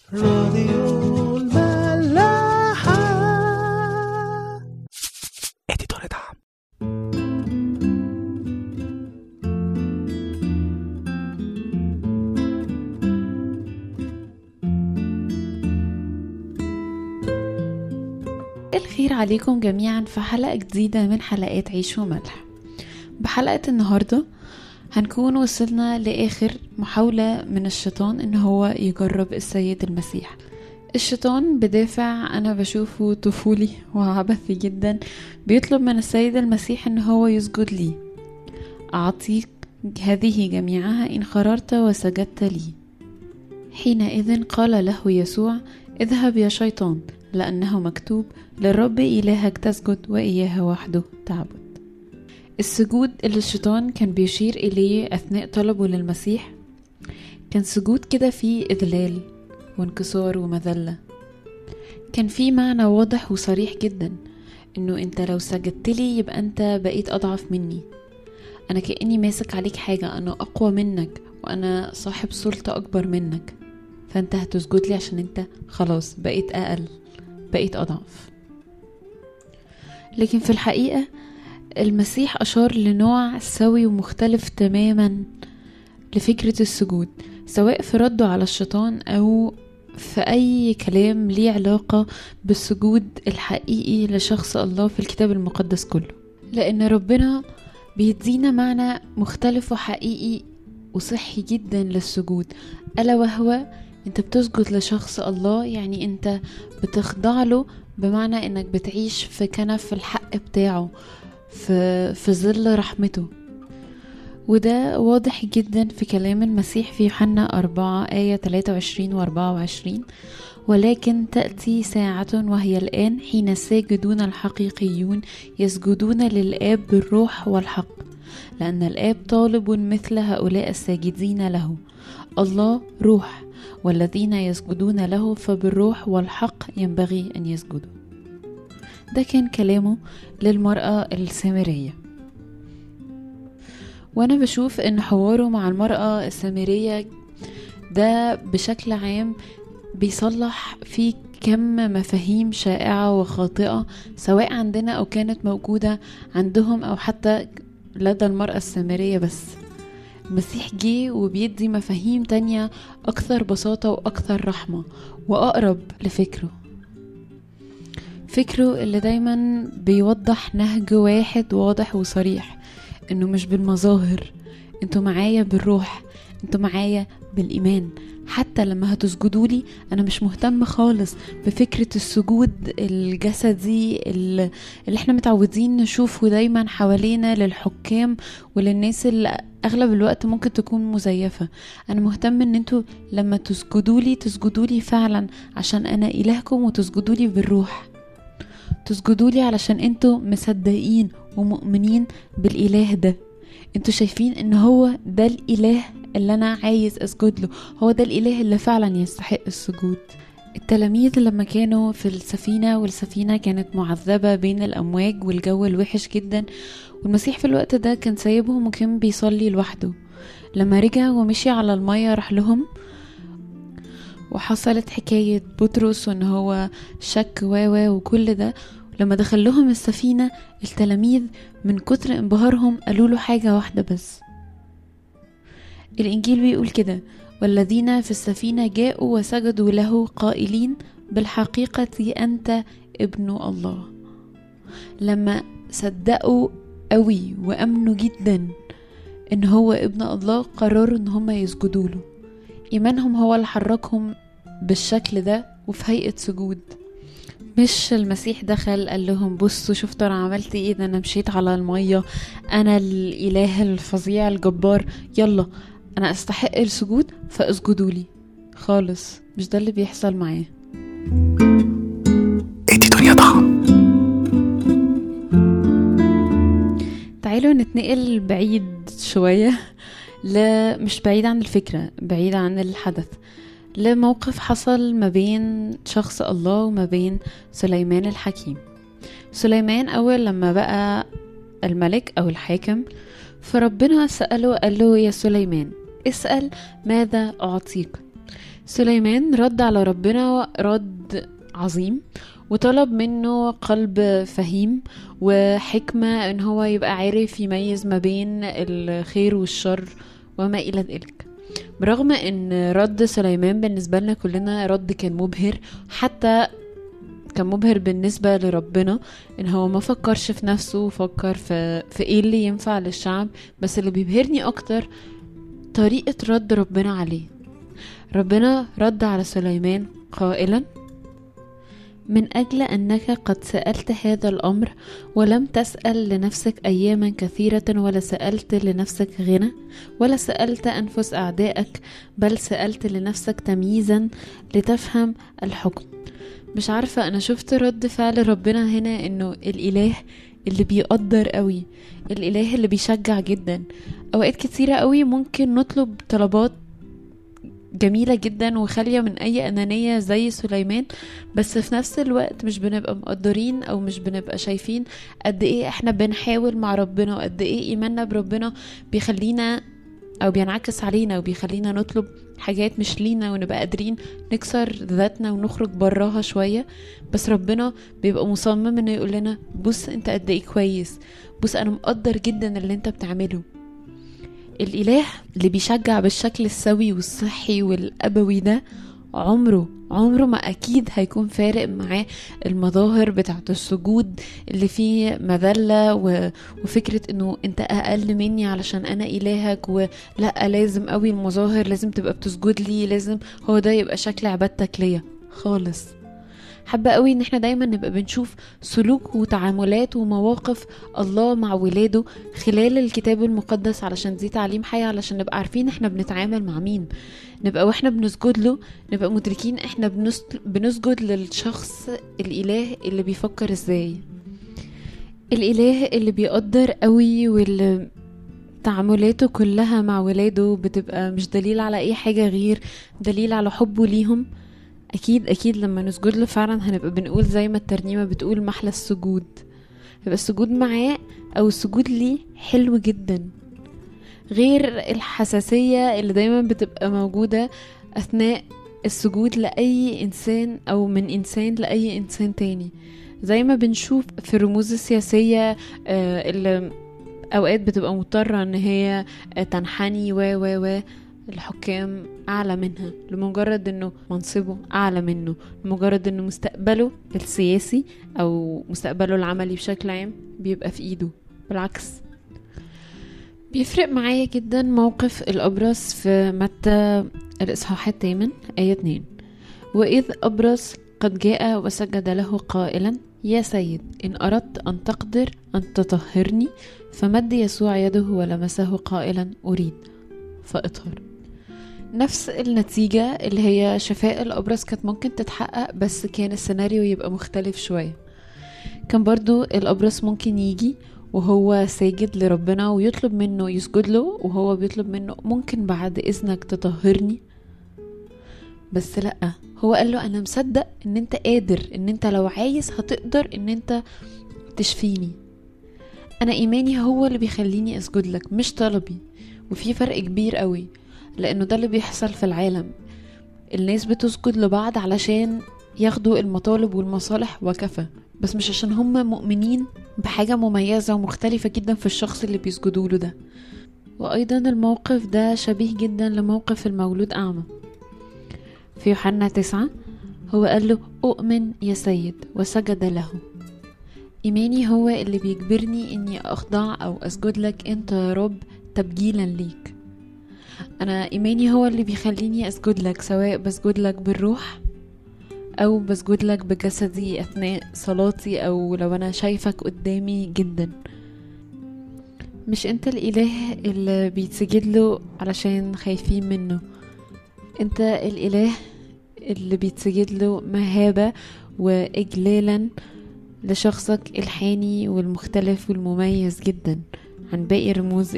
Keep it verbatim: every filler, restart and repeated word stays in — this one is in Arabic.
راديو الملاحة. اديتور دعم. الخير عليكم جميعا في حلقة جديدة من حلقات عيش وملح. بحلقة النهاردة هنكون وصلنا لآخر محاولة من الشيطان إن هو يجرب السيد المسيح. الشيطان بدافع أنا بشوفه طفولي وعبثي جدا بيطلب من السيد المسيح إن هو يسجد لي. أعطيك هذه جميعها إن خررت وسجدت لي. حينئذ قال له يسوع: اذهب يا شيطان، لأنه مكتوب للرب إلهك تسجد وإياه وحده تعبد. السجود اللي الشيطان كان بيشير إليه أثناء طلبه للمسيح كان سجود كده فيه إذلال وانكسار ومذلة. كان فيه معنى واضح وصريح جدا إنه أنت لو سجدت لي يبقى أنت بقيت أضعف مني، أنا كأني ماسك عليك حاجة، أنا أقوى منك وأنا صاحب سلطة أكبر منك، فأنت هتسجد لي عشان أنت خلاص بقيت أقل، بقيت أضعف. لكن في الحقيقة المسيح أشار لنوع سوي ومختلف تماما لفكرة السجود، سواء في رده على الشيطان أو في أي كلام ليه علاقة بالسجود الحقيقي لشخص الله في الكتاب المقدس كله. لأن ربنا بيدينا معنى مختلف وحقيقي وصحي جدا للسجود، ألا وهو انت بتسجد لشخص الله، يعني انت بتخضع له، بمعنى انك بتعيش في كنف الحق بتاعه، في, في ظل رحمته. وده واضح جدا في كلام المسيح في يوحنا أربعة آية ثلاثة وعشرين و أربعة وعشرين: ولكن تأتي ساعة وهي الآن حين الساجدون الحقيقيون يسجدون للآب بالروح والحق، لأن الآب طالب مثل هؤلاء الساجدين له. الله روح، والذين يسجدون له فبالروح والحق ينبغي أن يسجدوا. ده كان كلامه للمرأة السامرية. وأنا بشوف أن حواره مع المرأة السامرية ده بشكل عام بيصلح فيه كم مفاهيم شائعة وخاطئة، سواء عندنا أو كانت موجودة عندهم أو حتى لدى المرأة السامرية. بس المسيح جه وبيدي مفاهيم تانية أكثر بساطة وأكثر رحمة وأقرب لفكره، فكره اللي دايما بيوضح نهج واحد واضح وصريح، إنه مش بالمظاهر، انتوا معايا بالروح، انتوا معايا بالإيمان. حتى لما هتسجدوا لي أنا مش مهتم خالص بفكرة السجود الجسدي اللي احنا متعودين نشوفه دايما حوالينا للحكام وللناس اللي أغلب الوقت ممكن تكون مزيفة. أنا مهتم ان انتوا لما تسجدوا لي تسجدوا لي فعلا عشان أنا إلهكم، وتسجدوا لي بالروح، تسجدوا لي علشان انتوا مصدقين ومؤمنين بالإله ده، انتوا شايفين ان هو ده الإله اللي انا عايز اسجد له، هو ده الإله اللي فعلا يستحق السجود. التلاميذ لما كانوا في السفينة والسفينة كانت معذبة بين الأمواج والجو الوحش جدا، والمسيح في الوقت ده كان سايبهم وكان بيصلي لوحده. لما رجع ومشي على المية راح لهم، وحصلت حكاية بطرس وان هو شك واوا وكل ده. لما دخل لهم السفينة التلاميذ من كتر انبهارهم قالوا له حاجة واحدة بس. الإنجيل بيقول كده: والذين في السفينة جاءوا وسجدوا له قائلين بالحقيقة أنت ابن الله. لما صدقوا قوي وأمنوا جدا إن هو ابن الله قرروا إن هم يسجدوا له. إيمانهم هو اللي حركهم بالشكل ده وفي هيئة سجود. مش المسيح دخل قال لهم بصوا شفتوا انا عملت ايه، ده انا مشيت على المية، انا الاله الفظيع الجبار، يلا انا استحق السجود فاسجدوا لي. خالص مش ده اللي بيحصل معاه. تعالوا نتنقل بعيد شوية، لا مش بعيد عن الفكرة، بعيد عن الحدث، لموقف حصل ما بين شخص الله وما بين سليمان الحكيم. سليمان أول لما بقى الملك أو الحاكم، فربنا سأله قال له: يا سليمان اسأل ماذا أعطيك. سليمان رد على ربنا رد عظيم، وطلب منه قلب فهيم وحكمة ان هو يبقى عارف يميز ما بين الخير والشر وما الى ذلك. برغم ان رد سليمان بالنسبة لنا كلنا رد كان مبهر، حتى كان مبهر بالنسبة لربنا ان هو ما فكرش في نفسه وفكر في, في ايه اللي ينفع للشعب. بس اللي بيبهرني اكتر طريقة رد ربنا عليه. ربنا رد على سليمان قائلا: من أجل أنك قد سألت هذا الأمر ولم تسأل لنفسك أياما كثيرة، ولا سألت لنفسك غنى، ولا سألت أنفس أعدائك، بل سألت لنفسك تمييزا لتفهم الحكم. مش عارفة، أنا شفت رد فعل ربنا هنا إنه الإله اللي بيقدر قوي، الإله اللي بيشجع جدا. أوقات كتيرة قوي ممكن نطلب طلبات جميلة جدا وخالية من أي أنانية زي سليمان، بس في نفس الوقت مش بنبقى مقدرين أو مش بنبقى شايفين قد إيه إحنا بنحاول مع ربنا، وقد إيه إيماننا بربنا بيخلينا أو بينعكس علينا وبيخلينا نطلب حاجات مش لينا ونبقى قادرين نكسر ذاتنا ونخرج براها شوية. بس ربنا بيبقى مصمم إنه يقول لنا: بص أنت قد إيه كويس، بص أنا مقدر جدا اللي أنت بتعمله. الإله اللي بيشجع بالشكل السوي والصحي والأبوي ده عمره عمره ما أكيد هيكون فارق معاه المظاهر بتاعت السجود اللي فيه مذلة وفكرة انه انت اقل مني علشان انا إلهك، ولا لازم قوي المظاهر، لازم تبقى بتسجد لي، لازم هو ده يبقى شكل عبادتك ليا خالص. حابة قوي ان احنا دايما نبقى بنشوف سلوك وتعاملات ومواقف الله مع ولاده خلال الكتاب المقدس، علشان دي تعليم حي، علشان نبقى عارفين احنا بنتعامل مع مين. نبقى واحنا بنسجد له نبقى مدركين احنا بنسجد للشخص الإله اللي بيفكر ازاي، الإله اللي بيقدر قوي، واللي تعاملاته كلها مع ولاده بتبقى مش دليل على اي حاجة غير دليل على حبه ليهم. اكيد اكيد لما نسجد له فعلا هنبقى بنقول زي ما الترنيمة بتقول: محلى السجود. يبقى السجود معاه او السجود ليه حلو جدا، غير الحساسية اللي دايما بتبقى موجودة اثناء السجود لأي انسان او من انسان لأي انسان تاني. زي ما بنشوف في الرموز السياسية اللي اوقات بتبقى مضطرة ان هي تنحني و و و الحكام اعلى منها لمجرد انه منصبه اعلى منه، لمجرد انه مستقبله السياسي او مستقبله العملي بشكل عام بيبقى في ايده. بالعكس، بيفرق معايا جدا موقف الابرص في متى الاصحاح الثامن آية اتنين: واذ ابرص قد جاء وسجد له قائلا: يا سيد، ان اردت ان تقدر ان تطهرني. فمد يسوع يده ولمسه قائلا: اريد، فاطهر. نفس النتيجة اللي هي شفاء الأبرص كانت ممكن تتحقق، بس كان السيناريو يبقى مختلف شوية. كان برضو الأبرص ممكن يجي وهو ساجد لربنا ويطلب منه يسجد له، وهو بيطلب منه: ممكن بعد إذنك تطهرني. بس لأ، هو قال له: أنا مصدق إن أنت قادر، إن أنت لو عايز هتقدر إن أنت تشفيني. أنا إيماني هو اللي بيخليني أسجد لك، مش طلبي. وفي فرق كبير قوي، لأنه ده اللي بيحصل في العالم. الناس بتسجد لبعض علشان ياخدوا المطالب والمصالح وكفى، بس مش عشان هم مؤمنين بحاجة مميزة ومختلفة جدا في الشخص اللي بيسجدوا له ده. وأيضا الموقف ده شبيه جدا لموقف المولود أعمى في يوحنا تسعة. هو قال له: أؤمن يا سيد، وسجد له. إيماني هو اللي بيجبرني إني أخضع أو أسجد لك أنت يا رب تبجيلا ليك. أنا إيماني هو اللي بيخليني أسجد لك، سواء بسجد لك بالروح أو بسجد لك بجسدي أثناء صلاتي، أو لو أنا شايفك قدامي جدا. مش أنت الإله اللي بيتسجد له علشان خايفين منه، أنت الإله اللي بيتسجد له مهابة وإجلالا لشخصك الحاني والمختلف والمميز جدا عن باقي الرموز